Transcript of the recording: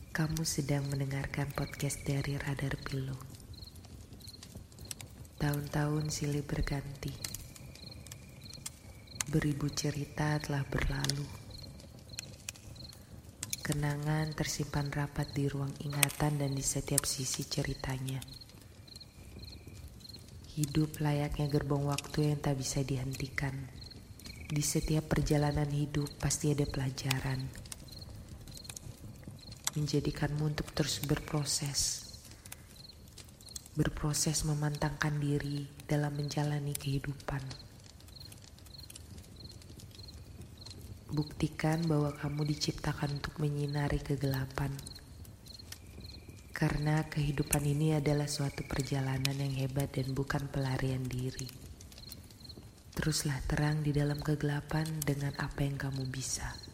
Kamu sedang mendengarkan podcast dari Radar Pilu. Tahun-tahun silih berganti. Beribu cerita telah berlalu. Kenangan tersimpan rapat di ruang ingatan dan di setiap sisi ceritanya. Hidup layaknya gerbong waktu yang tak bisa dihentikan. Di setiap perjalanan hidup pasti ada pelajaran. Menjadikanmu untuk terus berproses memantangkan diri dalam menjalani kehidupan. Buktikan bahwa kamu diciptakan untuk menyinari kegelapan. Karena kehidupan ini adalah suatu perjalanan yang hebat dan bukan pelarian diri. Teruslah terang di dalam kegelapan dengan apa yang kamu bisa.